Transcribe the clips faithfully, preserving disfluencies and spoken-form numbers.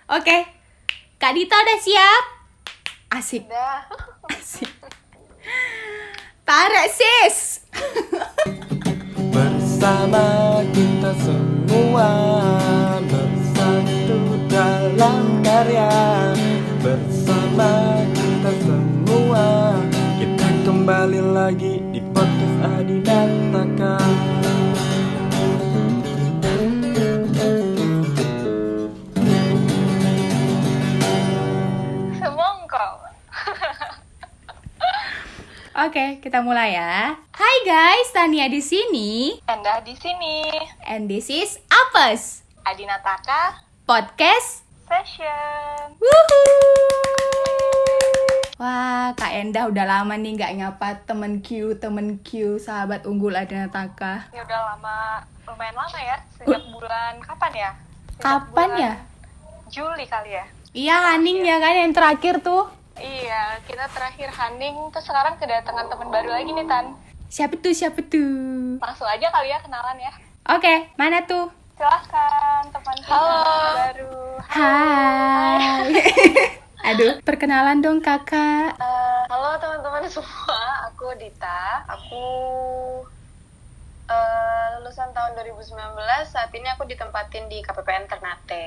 Oke, Kak Dita udah siap? Asik. Udah. Asik. Tarik sis. Bersama kita semua bersatu dalam karya. Bersama kita semua kita kembali lagi di podcast Adinataka. Semongkol. Oke, kita mulai ya. Hai guys, Tania di sini. Endah di sini. And this is Apes Adinataka Podcast. Session. Woohoo. Wah, Kak Endah udah lama nih nggak nyapa temen Q, temen Q, sahabat unggul Adinataka. Ya udah lama, lumayan lama ya. Sejak bulan kapan ya? Sejak Kapan bulan ya? Juli kali ya. Iya, Haning ya kan yang terakhir tuh. Iya, kita terakhir Haning, terus sekarang kedatangan teman baru lagi nih Tan. Siapa tuh, siapa tuh? Langsung aja kali ya kenalan ya. Oke, mana tuh? Silahkan teman kita baru. Hai. Aduh, perkenalan dong kakak. Eh, halo teman-teman semua, aku Dita. Aku eh, lulusan tahun dua ribu sembilan belas. Saat ini aku ditempatin di K P P N Ternate.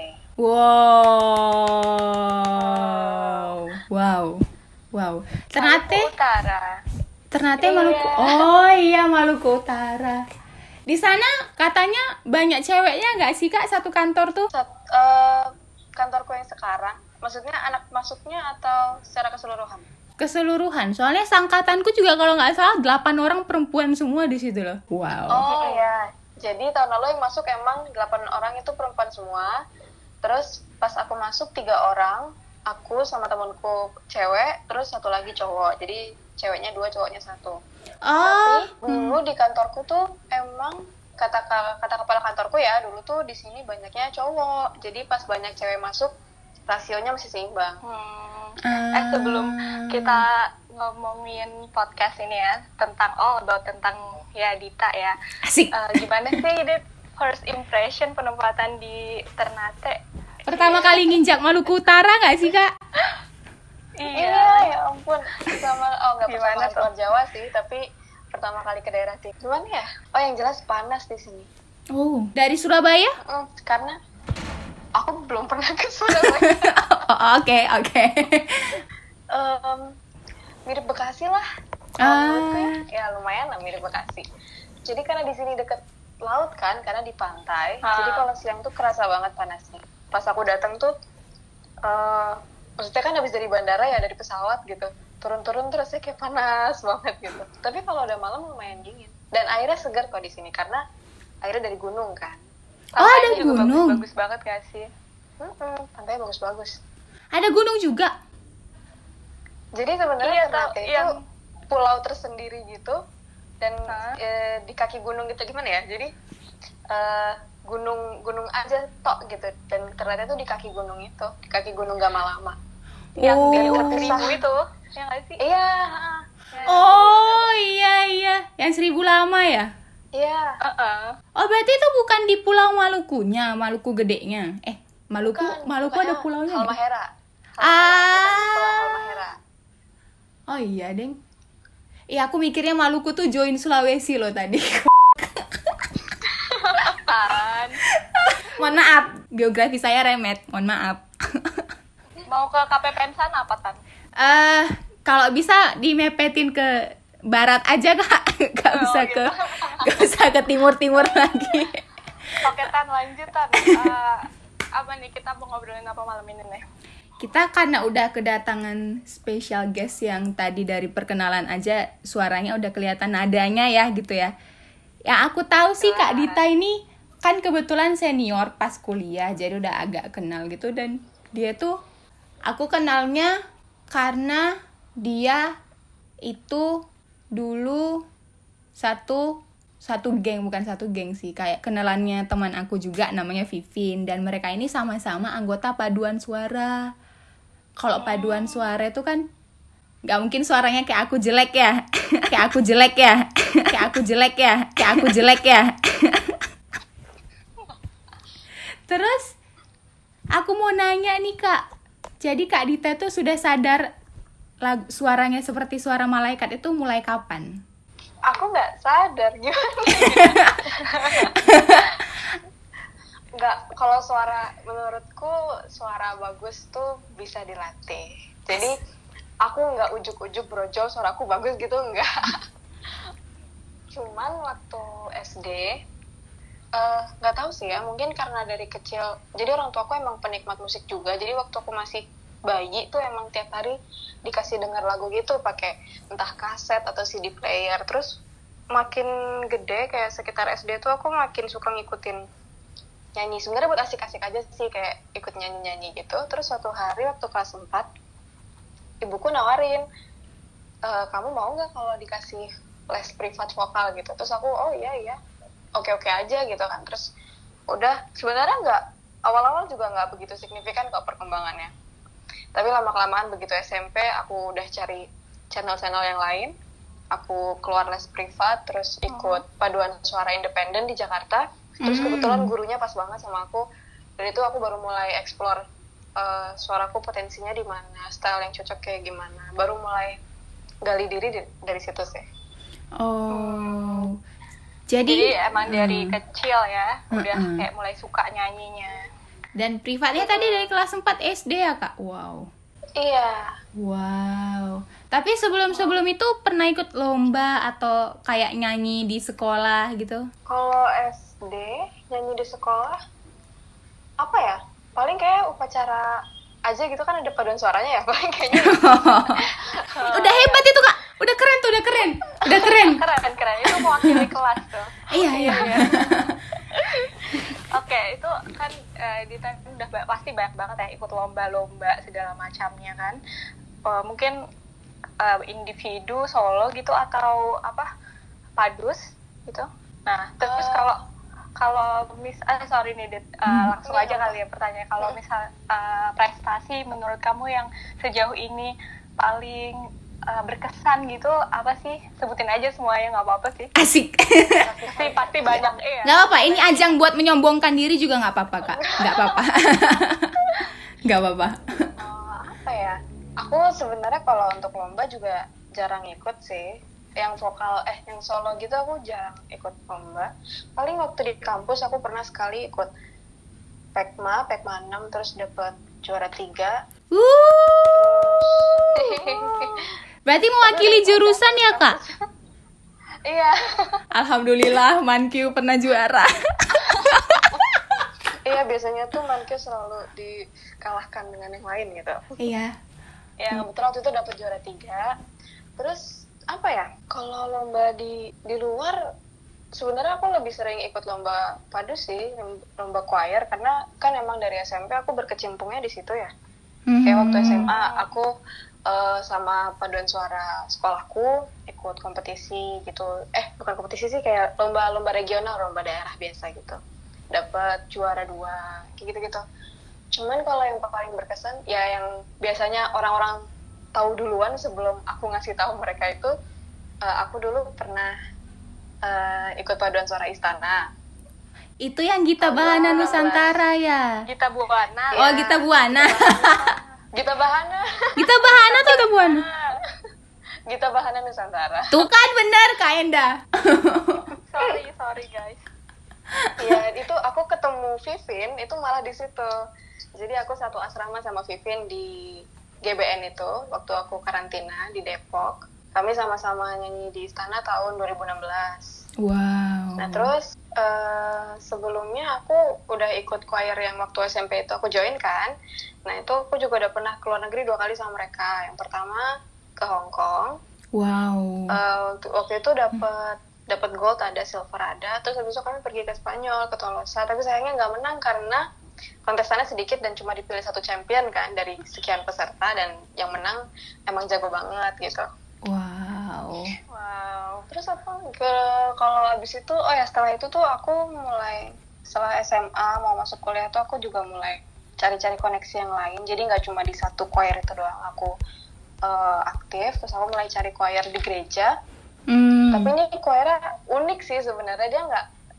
Wow. Wow. Wow. Ternate? Maluku Utara. Ternate Iya. Maluku. Oh iya, Maluku Utara. Di sana katanya banyak ceweknya nggak sih kak satu kantor tuh? Sat, eh, kantorku yang sekarang, maksudnya anak masuknya atau secara keseluruhan? Keseluruhan. Soalnya sangkatanku juga kalau nggak salah delapan orang perempuan semua di situ loh. Wow. Oh iya, jadi tahun lalu yang masuk emang delapan orang itu perempuan semua. Terus pas aku masuk tiga orang, aku sama temanku cewek, terus satu lagi cowok. Jadi ceweknya dua, cowoknya satu. Oh. Tapi dulu di kantorku tuh emang kata kata kepala kantorku ya, dulu tuh di sini banyaknya cowok. Jadi pas banyak cewek masuk, rasionya masih seimbang. Hmm. Ah. Eh sebelum kita ngomongin podcast ini ya tentang all about tentang ya Dita ya. Asik. Eh, gimana sih Dit first impression penempatan di Ternate? Pertama kali nginjak Maluku Utara nggak sih kak? Iya, ya ampun. Sama oh nggak pertama Gimana kali keluar Jawa sih, tapi pertama kali ke daerah timur. Gimana ya? Oh yang jelas panas di sini. Oh. Dari Surabaya? Mm, karena aku belum pernah ke Surabaya. Oh, Oke oke. Em, mirip Bekasi lah. Ah. Kalau menurutku ya, ya lumayan lah mirip Bekasi. Jadi karena di sini deket laut kan, karena di pantai. Ah. Jadi kalau siang tuh kerasa banget panasnya. Pas aku datang tuh, eh maksudnya kan habis dari bandara ya, dari pesawat gitu. Turun-turun terusnya kayak panas banget gitu. Tapi kalau udah malam lumayan dingin. Dan airnya segar kok di sini karena airnya dari gunung kan. Oh, ada Pantainya juga gunung. Bagus-bagus banget gak sih? Mm-mm, pantainya bagus-bagus. Ada gunung juga. Jadi sebenarnya Iya, Ternate tau, itu yang- pulau tersendiri gitu dan Hah? eh, di kaki gunung gitu gimana ya? Jadi eh, gunung gunung aja tok gitu dan Ternate itu di kaki gunung itu, di kaki gunung Gamalama. Yang Oh. di dekat seribu itu, ya gak sih? Iya, ha, Oh iya iya, yang seribu lama ya. iya. Heeh. Oh berarti itu bukan di Pulau Malukunya, Maluku gedenya. Eh Maluku, Bukan, Maluku bukannya ada pulaunya. nggak? Halmahera. Ah. Pulau Halmahera. Oh iya deng. Iya aku mikirnya Maluku tuh join Sulawesi loh tadi. Tan. Mohon maaf, geografi saya remet. Mohon maaf. Mau ke K P P N sana apa Tan? Eh kalau bisa dimepetin ke barat aja kak, gak Oh, usah gitu. ke, gak usah ke timur-timur lagi. Oke Tan, lanjut Tan. Eh, apa nih, kita mau ngobrolin apa malam ini nih? Kita karena udah kedatangan special guest yang tadi dari perkenalan aja suaranya udah kelihatan nadanya ya gitu ya. Yang aku tahu sih Kak Dita ini kan kebetulan senior pas kuliah jadi udah agak kenal gitu dan dia tuh aku kenalnya karena dia itu dulu satu satu geng bukan satu geng sih kayak kenalannya teman aku juga namanya Vivin dan mereka ini sama-sama anggota paduan suara. Kalau paduan suara itu kan nggak mungkin suaranya kayak aku jelek ya, kayak aku jelek ya, kayak aku jelek ya, kayak aku jelek ya. Terus Aku mau nanya nih Kak. Jadi Kak Dita tuh sudah sadar lagu, suaranya seperti suara malaikat itu mulai kapan? Aku nggak sadar gimana. Nggak, kalau suara, menurutku suara bagus tuh bisa dilatih. Jadi aku nggak ujuk-ujuk brojol suaraku bagus gitu, nggak. Cuman waktu S D eh, nggak tahu sih ya, mungkin karena dari kecil, jadi orang tua aku emang penikmat musik juga. Jadi waktu aku masih bayi tuh emang tiap hari dikasih dengar lagu gitu, pakai entah kaset atau C D player. Terus makin gede kayak sekitar S D tuh aku makin suka ngikutin nyanyi. Sebenarnya buat asik-asik aja sih, kayak ikut nyanyi-nyanyi gitu. Terus suatu hari waktu kelas empat, ibuku nawarin, e, kamu mau nggak kalau dikasih les privat vokal gitu. Terus aku, oh iya iya, oke-oke aja gitu kan. Terus udah, sebenarnya nggak, awal-awal juga nggak begitu signifikan kok perkembangannya. Tapi lama-kelamaan begitu S M P, aku udah cari channel-channel yang lain. Aku keluar les privat, terus ikut paduan suara independen di Jakarta. Terus kebetulan gurunya pas banget sama aku. Dan itu aku baru mulai explore uh, suaraku potensinya di mana, style yang cocok kayak gimana. Baru mulai gali diri di, dari situ sih. Oh. Jadi Jadi, emang dari hmm. kecil ya, udah Mm-mm. kayak mulai suka nyanyinya. Dan privatnya tadi dari kelas empat S D ya Kak? Wow. Iya. Wow. Tapi sebelum-sebelum itu pernah ikut lomba atau kayak nyanyi di sekolah gitu? Kalau S D, nyanyi di sekolah, apa ya? Paling kayak upacara aja gitu kan, ada paduan suaranya ya. Paling kayaknya Udah hebat itu Kak. Udah keren tuh, udah keren. Udah keren. Keren, keren. Itu mewakili kelas tuh. Iya, iya. Oke, itu kan eh, Dita udah ba- pasti banyak banget ya ikut lomba-lomba segala macamnya kan. Eh, mungkin eh, individu, solo gitu, atau apa, padus gitu. Nah, terus Eh. kalau kalau mis, ah, sorry nih, Dit, eh, Hmm. langsung aja kali ya pertanyaan. Kalau misal eh, prestasi menurut kamu yang sejauh ini paling eh, berkesan gitu apa sih? Sebutin aja semuanya, nggak apa-apa sih. Asik. Pasti pasti banyak eh. Gak apa-apa, ini ajang buat menyombongkan diri juga gak apa-apa Kak. Gak apa-apa. Gak apa-apa. Oh, apa ya? Aku sebenarnya kalau untuk lomba juga jarang ikut sih. Yang vokal, eh yang solo gitu aku jarang ikut lomba. Paling waktu di kampus aku pernah sekali ikut Pekma, Pekma enam, terus dapet juara tiga. Wuh. Berarti mewakili jurusan ya Kak? Iya. Alhamdulillah Mankyu pernah juara. Iya, biasanya tuh Mankyu selalu dikalahkan dengan yang lain gitu. Iya. Ya, kebetulan waktu itu dapet juara tiga. Terus apa ya, kalau lomba di di luar sebenarnya aku lebih sering ikut lomba padu sih, lomba choir, karena kan emang dari S M P aku berkecimpungnya di situ ya. Kayak waktu S M A aku uh, sama paduan suara sekolahku ikut kompetisi gitu, eh bukan kompetisi sih, kayak lomba-lomba regional, lomba daerah biasa gitu, dapat juara dua kayak gitu-gitu. Cuman kalau yang paling berkesan ya yang biasanya orang-orang tahu duluan sebelum aku ngasih tahu mereka itu, uh, aku dulu pernah uh, ikut paduan suara Istana. Itu yang Gita Bahana Nusantara ya? Gita Buwana. Oh, Gita Buwana. Gita Bahana. Gita Bahana tuh Gita Buwana. Gita Bahana Nusantara. Tuh kan bener Kak Enda. Sorry, sorry guys. Iya, itu aku ketemu Vivin itu malah di situ. Jadi aku satu asrama sama Vivin di G B N itu waktu aku karantina di Depok. Kami sama-sama nyanyi di Istana tahun dua ribu enam belas. Wow. Nah terus uh, sebelumnya aku udah ikut choir yang waktu S M P itu aku join kan. Nah itu aku juga udah pernah keluar negeri dua kali sama mereka. Yang pertama ke Hong Kong. Wow. Uh, waktu itu dapat dapat gold ada, silver ada. Terus habis itu kami pergi ke Spanyol, ke Tolosa. Tapi sayangnya nggak menang karena kontestannya sedikit dan cuma dipilih satu champion kan dari sekian peserta, dan yang menang emang jago banget gitu. Wow. Wow. Terus apa? Ke kalau abis itu, oh ya setelah itu tuh aku mulai, setelah S M A mau masuk kuliah tuh aku juga mulai cari-cari koneksi yang lain. Jadi nggak cuma di satu choir itu doang aku uh, aktif. Terus aku mulai cari choir di gereja. Hmm. Tapi ini choirnya unik sih sebenarnya, dia nggak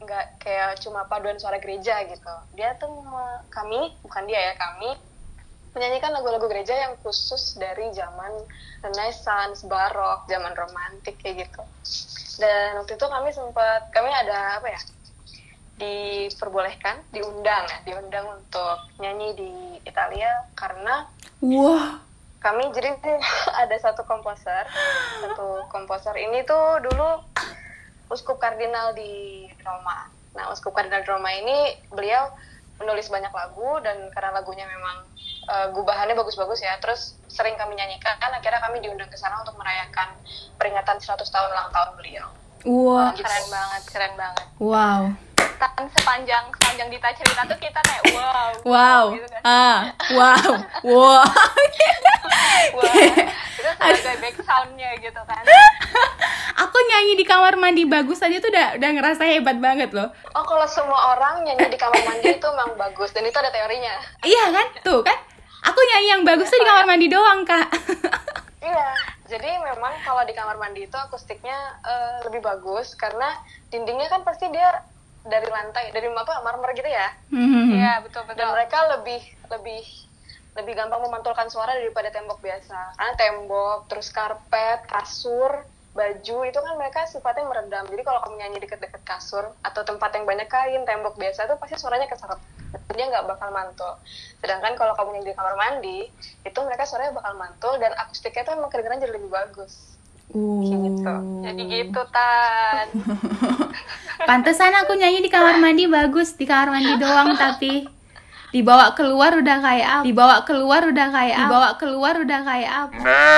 nggak kayak cuma paduan suara gereja gitu. Dia tuh me- kami bukan dia ya kami menyanyikan lagu-lagu gereja yang khusus dari zaman Renaissance, Barok, zaman romantik kayak gitu. Dan waktu itu kami sempat kami ada apa ya? diperbolehkan, diundang ya, diundang untuk nyanyi di Italia karena Wah. kami jadi ada satu komposer, satu komposer ini tuh dulu uskup kardinal di Roma. Nah, uskup kardinal di Roma ini beliau menulis banyak lagu dan karena lagunya memang uh, gubahannya bagus-bagus ya, terus sering kami nyanyikan, akhirnya kami diundang ke sana untuk merayakan peringatan seratus tahun ulang tahun beliau. Wah. Keren banget, keren banget. Wow. Tan sepanjang sepanjang Dita cerita tuh kita kayak wow. Wow. Gitu kan. Ah, wow. Wow. Wah, itu sebagai back sound-nya gitu kan. Aku nyanyi di kamar mandi bagus aja tuh udah udah ngerasa hebat banget loh. Oh, kalau semua orang nyanyi di kamar mandi itu memang bagus dan itu ada teorinya. Iya kan? Tuh kan? Aku nyanyi yang bagus tuh di kamar mandi doang, Kak. Iya, jadi memang kalau di kamar mandi itu akustiknya uh, lebih bagus karena dindingnya kan pasti dia dari lantai, dari apa marmer gitu ya. Hmm. Iya, betul betul. Dan mereka lebih lebih lebih gampang memantulkan suara daripada tembok biasa. Karena tembok, terus karpet, kasur, baju itu kan mereka sifatnya meredam. Jadi kalau kamu nyanyi deket-deket kasur atau tempat yang banyak kain, tembok biasa itu pasti suaranya keseret. Dia nggak bakal mantul. Sedangkan kalau kamu nyanyi di kamar mandi, itu mereka suaranya bakal mantul dan akustiknya tuh emang kedengeran jadi lebih bagus. Uh. Gitu. Jadi gitu Tan. Pantesan aku nyanyi di kamar mandi bagus, di kamar mandi doang tapi dibawa keluar udah kayak apa? Dibawa keluar udah kayak apa? Dibawa keluar udah kayak apa?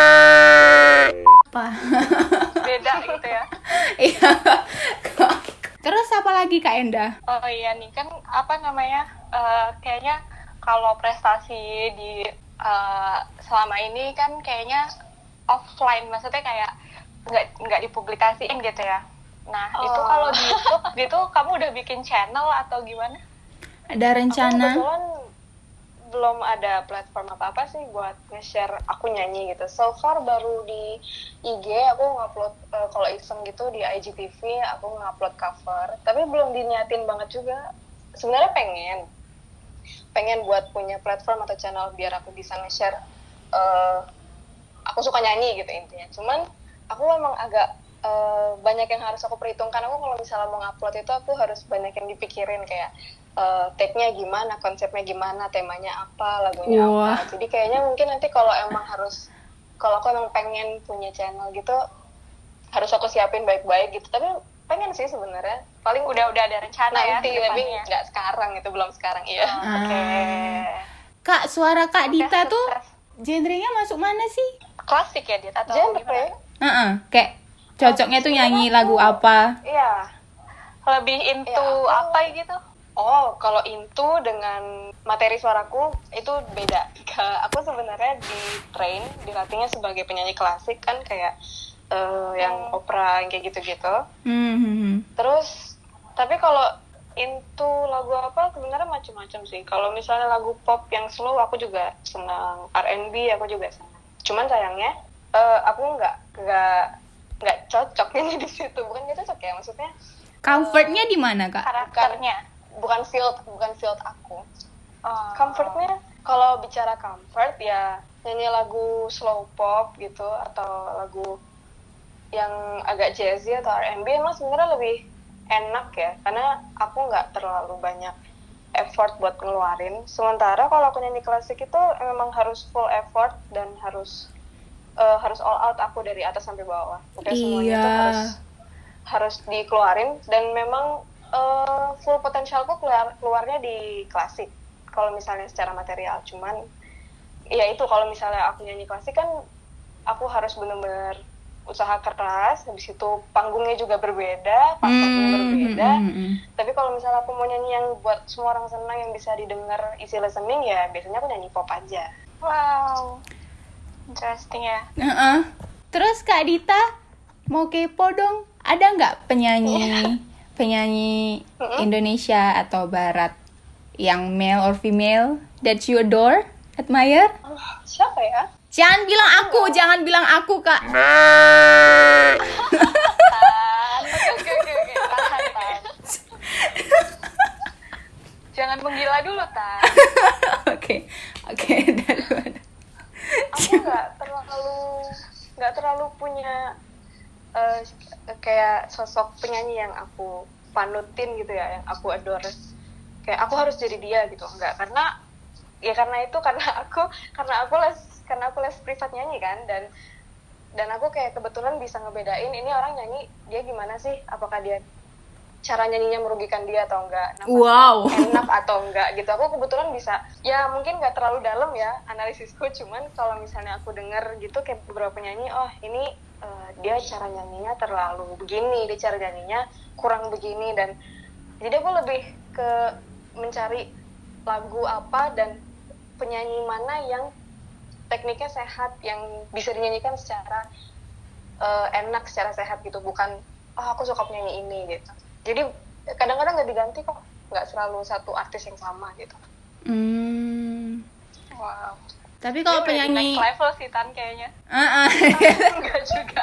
Apa? Beda gitu ya. Iya. Terus apa lagi Kak Endah? Oh iya nih kan apa namanya eh, kayaknya kalau prestasi di eh, selama ini kan kayaknya offline, maksudnya kayak nggak nggak dipublikasiin gitu ya. Nah Oh. itu kalau di YouTube gitu kamu udah bikin channel atau gimana? Ada Aku rencana? kebetulan belum ada platform apa-apa sih buat nge-share aku nyanyi gitu. So far baru di I G aku ngupload uh, kalau iseng gitu di I G T V aku ngupload cover. Tapi belum diniatin banget juga. Sebenarnya pengen pengen buat punya platform atau channel biar aku bisa nge-share uh, aku suka nyanyi gitu intinya. Cuman aku memang agak uh, banyak yang harus aku perhitungkan. Aku kalau misalnya mau ngupload itu aku harus banyak yang dipikirin kayak uh, take-nya gimana, konsepnya gimana, temanya apa, lagunya Wah. apa. Jadi kayaknya mungkin nanti kalau emang harus kalau aku emang pengen punya channel gitu harus aku siapin baik-baik gitu. Tapi pengen sih sebenarnya. Paling Udah udah ada rencana ya nanti tapi depannya. nggak sekarang itu belum sekarang iya. Oke. Kak, suara Kak Dita Oke, tuh sukses. genrenya masuk mana sih? Klasik ya Dit atau Genre gimana? Heeh, kayak cocoknya tuh nyanyi lagu apa? Iya. Lebih into Ya, aku- apa gitu? Oh, kalau into dengan materi suaraku itu beda. Ke- Aku sebenarnya di train, dilatihnya sebagai penyanyi klasik kan kayak eh, yang opera yang kayak gitu-gitu. Hmm, hmm, hmm. Terus, tapi kalau into lagu apa sebenarnya macam-macam sih. Kalau misalnya lagu pop yang slow aku juga senang, R and B aku juga senang. Cuman sayangnya eh, aku nggak nggak nggak cocok nyanyi di situ. Bukan nggak cocok ya, maksudnya Comfortnya di mana Kak? Karakternya. bukan field bukan field aku. Oh. Comfortnya kalau bicara comfort ya nyanyi lagu slow pop gitu atau lagu yang agak jazzy atau R and B emang sebenarnya lebih enak ya karena aku nggak terlalu banyak effort buat ngeluarin. Sementara kalau aku nyanyi klasik itu memang harus full effort dan harus eh, harus all out aku dari atas sampai bawah. Udah semuanya Iya. tuh harus harus dikeluarin dan memang eh, full potensialku keluar keluarnya di klasik. Kalau misalnya secara material, cuman ya itu kalau misalnya aku nyanyi klasik kan aku harus benar-benar usaha keras, habis itu panggungnya juga berbeda, pasarnya Hmm, berbeda. hmm, hmm, hmm. Tapi kalau misalnya aku mau nyanyi yang buat semua orang senang yang bisa didengar easy listening ya biasanya aku nyanyi pop aja. Wow. Interesting ya. Heeh. Terus Kak Dita mau kepo dong, ada nggak penyanyi penyanyi Indonesia atau Barat yang male or female that you adore, admire? Oh, siapa ya? Jangan bilang aku, jangan bilang aku Kak. Tahan. Oke oke oke oke. Tahan tahan. jangan menggila dulu, Tan. Oke, oke. Daripada Aku nggak terlalu nggak terlalu punya eh, kayak sosok penyanyi yang aku panutin gitu ya, yang aku adore. Kayak aku harus jadi dia gitu, enggak, karena ya karena itu karena aku karena aku les karena aku les privat nyanyi kan, dan dan aku kayak kebetulan bisa ngebedain ini orang nyanyi dia gimana sih, apakah dia cara nyanyinya merugikan dia atau enggak, nafasnya Wow. enak atau enggak gitu. Aku kebetulan bisa, ya mungkin nggak terlalu dalam ya analisisku, cuman kalau misalnya aku denger gitu kayak beberapa nyanyi, oh ini uh, dia cara nyanyinya terlalu begini, dia cara nyanyinya kurang begini, dan jadi aku lebih ke mencari lagu apa dan penyanyi mana yang tekniknya sehat, yang bisa dinyanyikan secara uh, enak, secara sehat gitu, bukan oh aku suka penyanyi ini gitu. Jadi kadang-kadang nggak diganti kok, nggak selalu satu artis yang sama gitu. Hmm. Wow. Tapi kalau Ini udah penyanyi next level sih, Tan, kayaknya. Uh-uh. Enggak juga.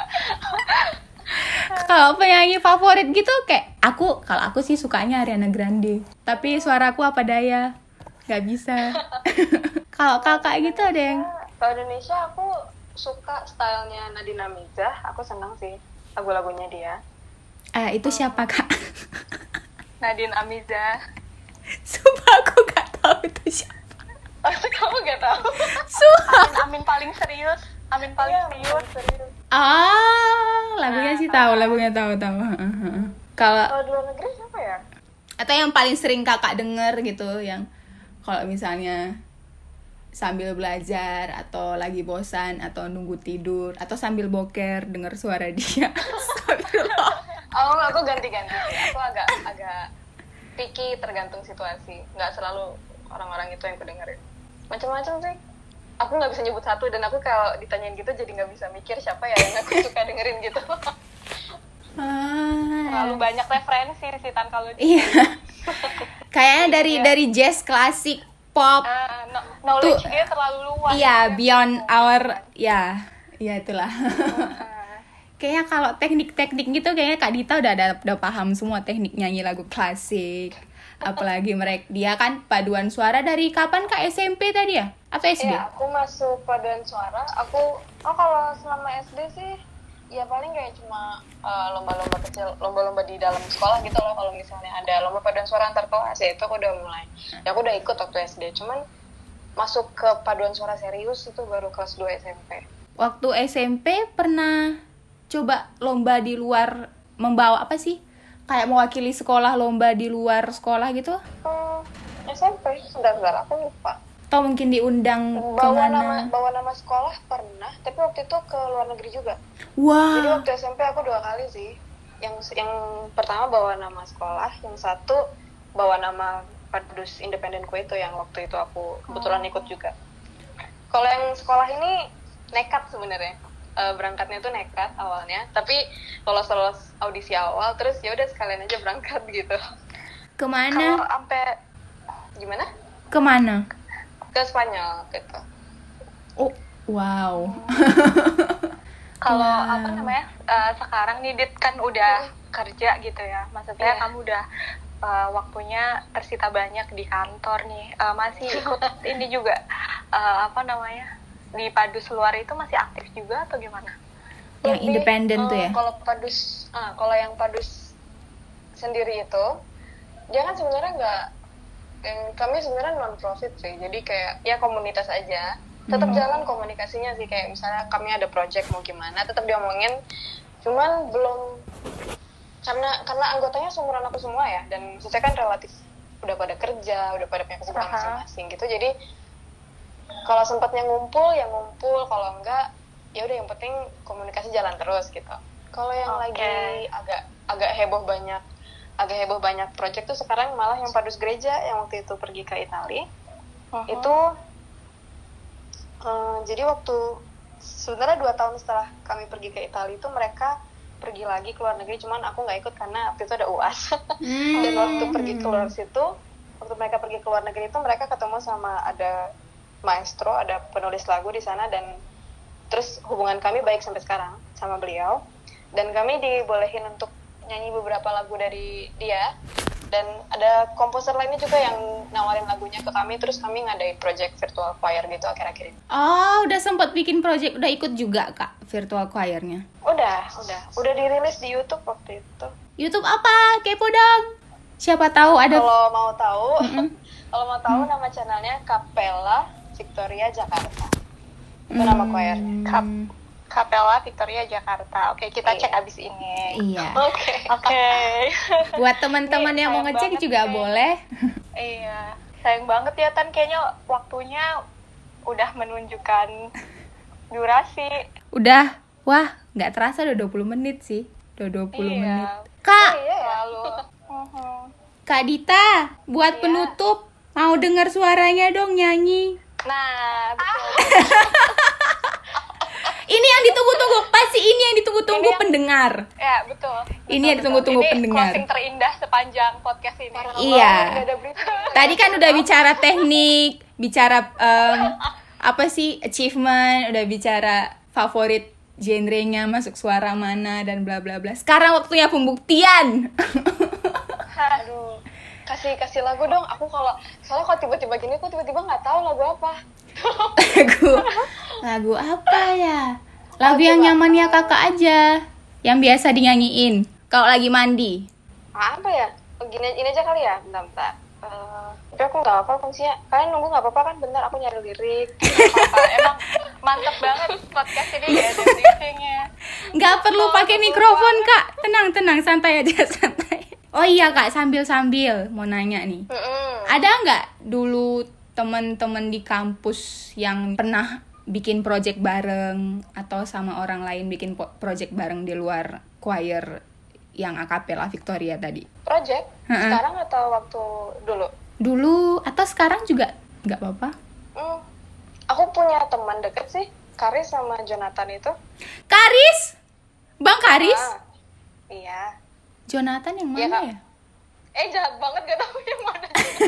Kalau penyanyi favorit gitu kayak aku, kalau aku sih sukanya Ariana Grande. Tapi suaraku apa daya, nggak bisa. Kalau kakak gitu ada yang Kalau Indonesia aku suka stylenya Nadine Amizah, aku senang sih lagu-lagunya dia. ah itu siapa kak? Nadine Amizah. Sumpah aku nggak tahu itu siapa. Masa kamu gak tahu? Sumpah. Amin, Amin paling serius. Amin paling Iya, serius. serius. Ah, lagunya sih tahu, lagunya tahu tahu. Kalau Kalau di luar negeri siapa ya? atau yang paling sering kakak denger gitu, yang kalau misalnya sambil belajar atau lagi bosan atau nunggu tidur atau sambil boker denger suara dia. Astagfirullah. Oh, aku ganti-ganti sih. Aku agak agak picky, tergantung situasi. Nggak selalu orang-orang itu yang aku dengerin. Macam-macam sih. Aku nggak bisa nyebut satu, dan aku kalau ditanyain gitu jadi nggak bisa mikir siapa ya yang aku suka dengerin gitu. Ah. Terlalu banyak referensi sih, Tan, kalau Iya. Kayaknya dari Iya. dari jazz, klasik, pop. uh, no- knowledge Tuh. dia terlalu luas. Iya, ya. beyond our ya. Ya itulah. Uh, Kayaknya kalau teknik-teknik gitu kayaknya Kak Dita udah ada udah paham semua teknik nyanyi lagu klasik. Apalagi mereka dia kan paduan suara dari kapan Kak, S M P tadi ya? Atau S D? Iya, aku masuk paduan suara. Aku oh kalau selama S D sih ya paling kayak cuma uh, lomba-lomba kecil, lomba-lomba di dalam sekolah gitu loh. Kalau misalnya ada lomba paduan suara antar kelas, ya itu aku udah mulai. Ya aku udah ikut waktu S D. Cuman masuk ke paduan suara serius itu baru kelas dua S M P. Waktu S M P pernah coba lomba di luar, membawa apa sih? Kayak mewakili sekolah, lomba di luar sekolah gitu? Hmm, S M P, sebentar-sebentar aku lupa. Atau mungkin diundang Bawa nama kemana? bawa nama sekolah pernah, tapi waktu itu ke luar negeri juga. Jadi Wah, waktu S M P aku dua kali sih. Yang yang pertama bawa nama sekolah, yang satu bawa nama Padus Independenku itu yang waktu itu aku kebetulan ikut juga. Kalau yang sekolah ini nekat sebenarnya. Uh, berangkatnya tuh nekat awalnya, tapi lolos lolos audisi awal, terus ya udah sekalian aja berangkat gitu. kalau kemana? Sampai gimana? Kemana? Ke Spanyol gitu. Oh, wow. kalau Wow. apa namanya uh, sekarang nih Dit kan udah kerja gitu ya, maksudnya Iya. kamu udah uh, waktunya tersita banyak di kantor nih, uh, masih ikut ini juga uh, apa namanya di Padus luar itu masih aktif juga atau gimana? Yang Lebih, independen tuh eh, ya? Kalau Padus, ah, kalau yang Padus sendiri itu, dia kan sebenarnya nggak, yang kami sebenarnya non profit sih, jadi kayak ya komunitas aja. Tetap Hmm. jalan komunikasinya sih, kayak misalnya kami ada project mau gimana, tetap diomongin. Cuman belum, karena karena anggotanya seumuran aku semua ya, dan saya kan relatif udah pada kerja, udah pada punya kesibukan Aha. masing-masing gitu, jadi kalau sempatnya ngumpul ya ngumpul, kalau enggak ya udah yang penting komunikasi jalan terus gitu. Kalau yang Oke. lagi agak agak heboh banyak agak heboh banyak project tuh sekarang malah yang Padus Gereja yang waktu itu pergi ke Italia. Uh-huh. Itu eh, jadi waktu sebenarnya dua tahun setelah kami pergi ke Italia itu mereka pergi lagi ke luar negeri, cuman aku nggak ikut karena waktu itu ada U A S. Dan waktu pergi ke luar situ, waktu mereka pergi ke luar negeri itu mereka ketemu sama ada maestro, ada penulis lagu di sana, dan terus hubungan kami baik sampai sekarang sama beliau, dan kami dibolehin untuk nyanyi beberapa lagu dari dia Dan ada komposer lainnya juga yang nawarin lagunya ke kami, terus kami ngadain project virtual choir gitu akhir-akhir ini. Oh, udah sempat bikin project, udah ikut juga Kak virtual choir-nya? Udah, udah. Udah dirilis di YouTube waktu itu. YouTube apa? Kepo dong. Siapa tahu ada. Kalau mau tahu, Mm-mm. kalau mau tahu nama channelnya Capella Victoria Jakarta. Itu nama choirnya. Kap Capella Victoria Jakarta. Oke, kita Iya. cek abis ini. Iya. Oke. Oke. Buat teman-teman Nih, yang mau sayang ngecek banget juga nih. boleh. Iya, sayang banget ya Tan, kayaknya waktunya udah menunjukkan durasi. Udah, wah, nggak terasa udah dua puluh menit sih. Udah dua puluh Iya. menit. Kak, Iya ya. Lalu, Mhm. Kak Dita, buat Iya. penutup mau dengar suaranya dong nyanyi. Nah, betul. Ini yang ditunggu-tunggu, pasti ini yang ditunggu-tunggu Ini yang- pendengar. Ya, betul. Ini Betul, yang ditunggu-tunggu betul. pendengar. Ini closing terindah sepanjang podcast ini. Parah Iya. banget, nggak ada berita. Tadi kan udah bicara teknik, bicara em, apa sih achievement, udah bicara favorit genrenya, masuk suara mana dan bla bla bla. Sekarang waktunya pembuktian. Aduh, kasih kasih lagu dong. Aku kalau soalnya kalau tiba-tiba gini, aku tiba-tiba nggak tahu lagu apa. lagu lagu apa ya? Lagu Oh, yang coba. nyamannya kakak aja, yang biasa dinyanyiin kalau lagi mandi. Ah, apa ya? Oh, gini ini aja kali ya. Bentar, bentar. Eh, tapi aku nggak apa fungsinya. Kalian nunggu nggak apa-apa kan? Bentar, aku nyari lirik. Apa, emang mantep banget podcast ini ya, ada briefingnya. Nggak perlu Oh, pakai betul mikrofon banget. kak, tenang tenang, santai aja santai. Oh iya kak, sambil sambil mau nanya nih. Mm-mm. Ada nggak dulu teman-teman di kampus yang pernah bikin project bareng atau sama orang lain bikin po- project bareng di luar choir yang akapela Victoria tadi? Project Ha-ha. sekarang atau waktu dulu? Dulu atau sekarang juga nggak apa-apa. Hmm, aku punya teman deket sih, Karis sama Jonathan itu. Karis, Bang Karis, Ah, iya. Jonathan yang Iya, mana Kak. ya? Eh jahat banget gak tahu yang mana.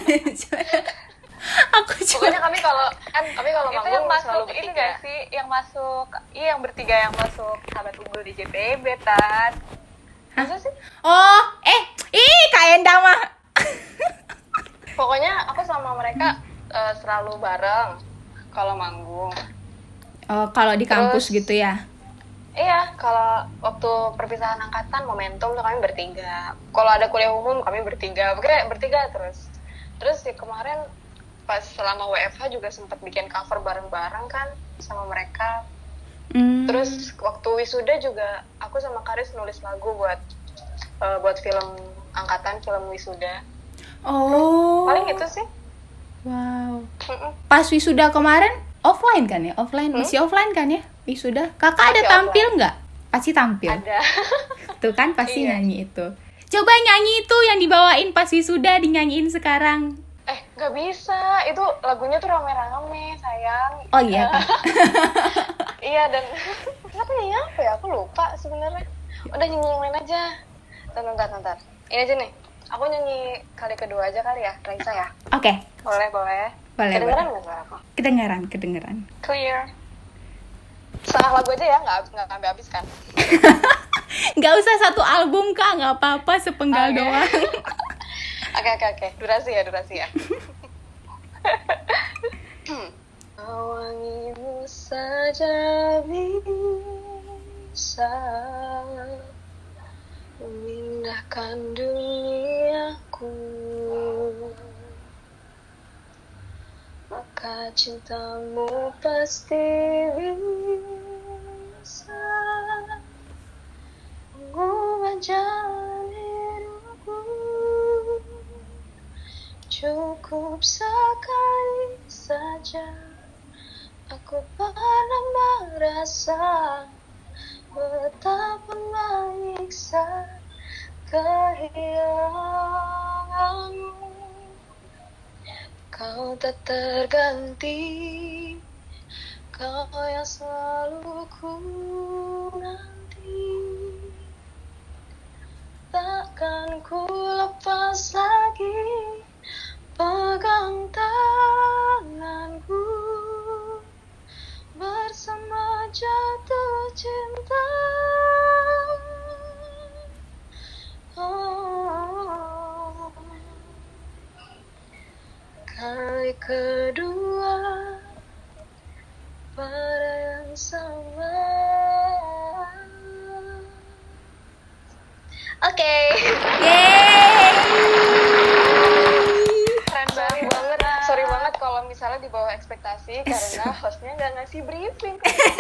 Aku cuma Pokoknya kami kalau kan kami kalau Itu manggung yang selalu masuk ini bertiga. gak sih? Yang masuk, iya yang bertiga yang masuk Sahabat Unggul di J P B, Tan. Masa sih? oh eh ih Kak Enda mah. Pokoknya aku sama mereka eh, selalu bareng kalau manggung. Oh kalau di kampus Terus- gitu ya? Iya, kalau waktu perpisahan angkatan momentum tuh kami bertiga. Kalau ada kuliah umum kami bertiga, pokoknya bertiga terus. Terus ya kemarin pas selama W F H juga sempat bikin cover bareng-bareng kan sama mereka. Hmm. Terus waktu wisuda juga aku sama Karis nulis lagu buat eh, buat film angkatan, film wisuda. Oh. Paling itu sih. Wow. Mm-mm. Pas wisuda kemarin offline kan ya? Offline masih offline kan ya? Wisuda. Kakak ada Masih tampil nggak? Pasti tampil. Ada. Tuh kan pasti Iya. nyanyi itu. Coba nyanyi itu yang dibawain pas wisuda dinyanyiin sekarang. Eh, nggak bisa. Itu lagunya tuh rame-rame, sayang. Oh iya kan? Iya, dan kenapa nyanyi apa ya? Aku lupa sebenarnya. Udah nyanyi yang lain aja. Bentar, bentar, bentar. Ini aja nih. Aku nyanyi kali kedua aja kali ya, Raisa ya. Oke. Boleh, boleh. Boleh, Kedengeran boleh. nggak suara aku? Kedengeran, kedengeran. Clear. Setengah lagu aja ya, nggak nggak sampai habis kan? Nggak usah satu album kak, nggak apa-apa sepenggal Oke. doang. Oke, oke, oke. Durasi ya, durasi ya. Awangimu saja bisa memindahkan duniaku, maka cintamu pasti bisa mengubah jalan hidupku. Cukup sekali saja aku pernah merasa betapa menyiksa kehilanganmu. Kau tak terganti, kau yang selalu ku nanti. Takkan ku lepas lagi pegang tanganku bersama jatuh cinta. Oh, hari kedua pada yang sama. Oke. Okay. Yeay. Keren sorry banget. Sorry banget kalau misalnya di bawah ekspektasi karena hostnya nggak ngasih briefing.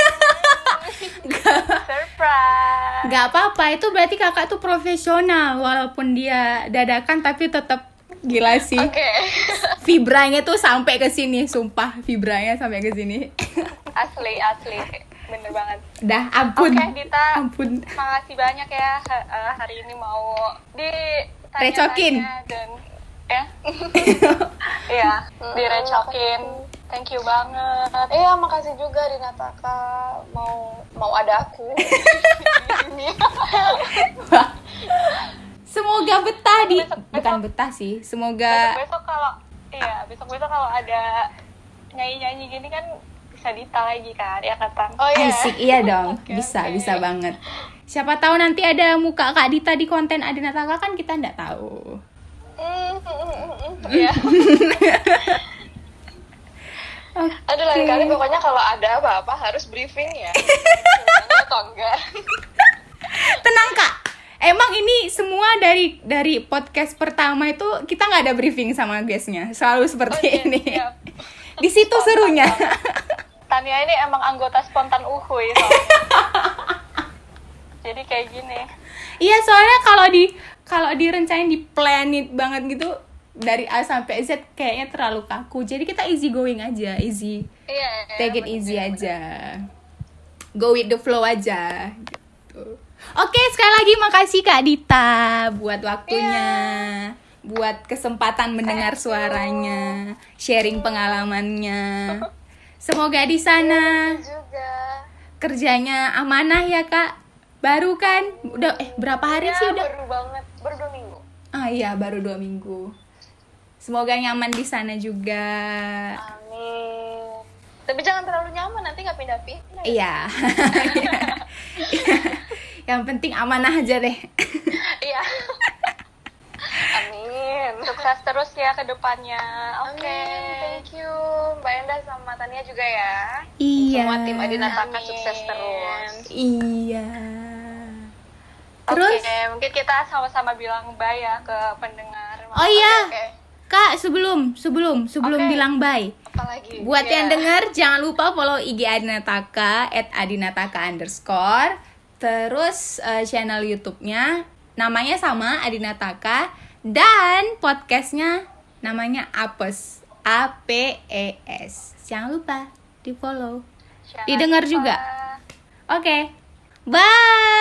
Surprise. Gak apa-apa, itu berarti kakak tuh profesional walaupun dia dadakan tapi tetap gila sih. Oke. Okay. Vibranya tuh sampai ke sini, sumpah vibranya sampai ke sini. Asli, asli. Bener banget. Dah, ampun. Oke, Dita. Ampun. Makasih banyak ya ha- uh, hari ini mau di Recokin. dan ya. Iya, direcokin. Thank you banget. Iya, makasih juga Dinataka mau mau ada aku di sini. Semoga betah di Besok- bukan besok- betah sih. Semoga Besok-besok kalau iya, besok-besok kalau ada nyanyi-nyanyi gini kan bisa Dita lagi kan, ya kata. Oh iya. asik, iya dong. Oke, Bisa, oke. bisa banget. Siapa tahu nanti ada muka Kak Dita di konten Adinataka kan kita nggak tahu. Mm, mm, mm, mm. Iya. Oke. Aduh, lain kali pokoknya kalau ada apa-apa harus briefing ya. Gimana atau enggak? Tenang Kak. Emang ini semua dari dari podcast pertama itu kita nggak ada briefing sama guestnya, selalu seperti Oh, iya, ini. siap. Di situ serunya. Tania ini emang anggota spontan uhuy soalnya. Jadi kayak gini. Iya, soalnya kalau di kalau direncanain di planet banget gitu dari A sampai Z kayaknya terlalu kaku. Jadi kita easy going aja, easy. Iya, iya, Take it bener, easy bener. aja. Go with the flow aja gitu. Oke, sekali lagi makasih Kak Dita buat waktunya. Buat kesempatan mendengar suaranya, sharing pengalamannya. Semoga di sana Juga. kerjanya amanah ya Kak. Baru kan? Udah eh berapa hari Ya, sih udah? baru banget, baru dua minggu. Ah iya, baru dua minggu. Semoga nyaman di sana juga. Amin. Tapi jangan terlalu nyaman, nanti nggak pindah-pindah. Iya. Yang penting amanah aja deh. Iya. Amin. Sukses terus ya ke depannya. Oke. Amin. Thank you Mbak Enda sama Tania juga ya. Iya. Semua tim Adinataka Amin. sukses terus. Iya. Terus, Oke, mungkin kita sama-sama bilang bye ya ke pendengar. oh iya, Oke. Kak, sebelum sebelum sebelum Oke. bilang bye. Apalagi? Buat Iya. yang dengar jangan lupa follow I G Adinataka at adinataka underscore. Terus eh, channel YouTube-nya namanya sama Adinataka dan podcastnya namanya Apes, A P E S. Jangan lupa di follow. Jangan Didengar lupa. juga. Oke, bye.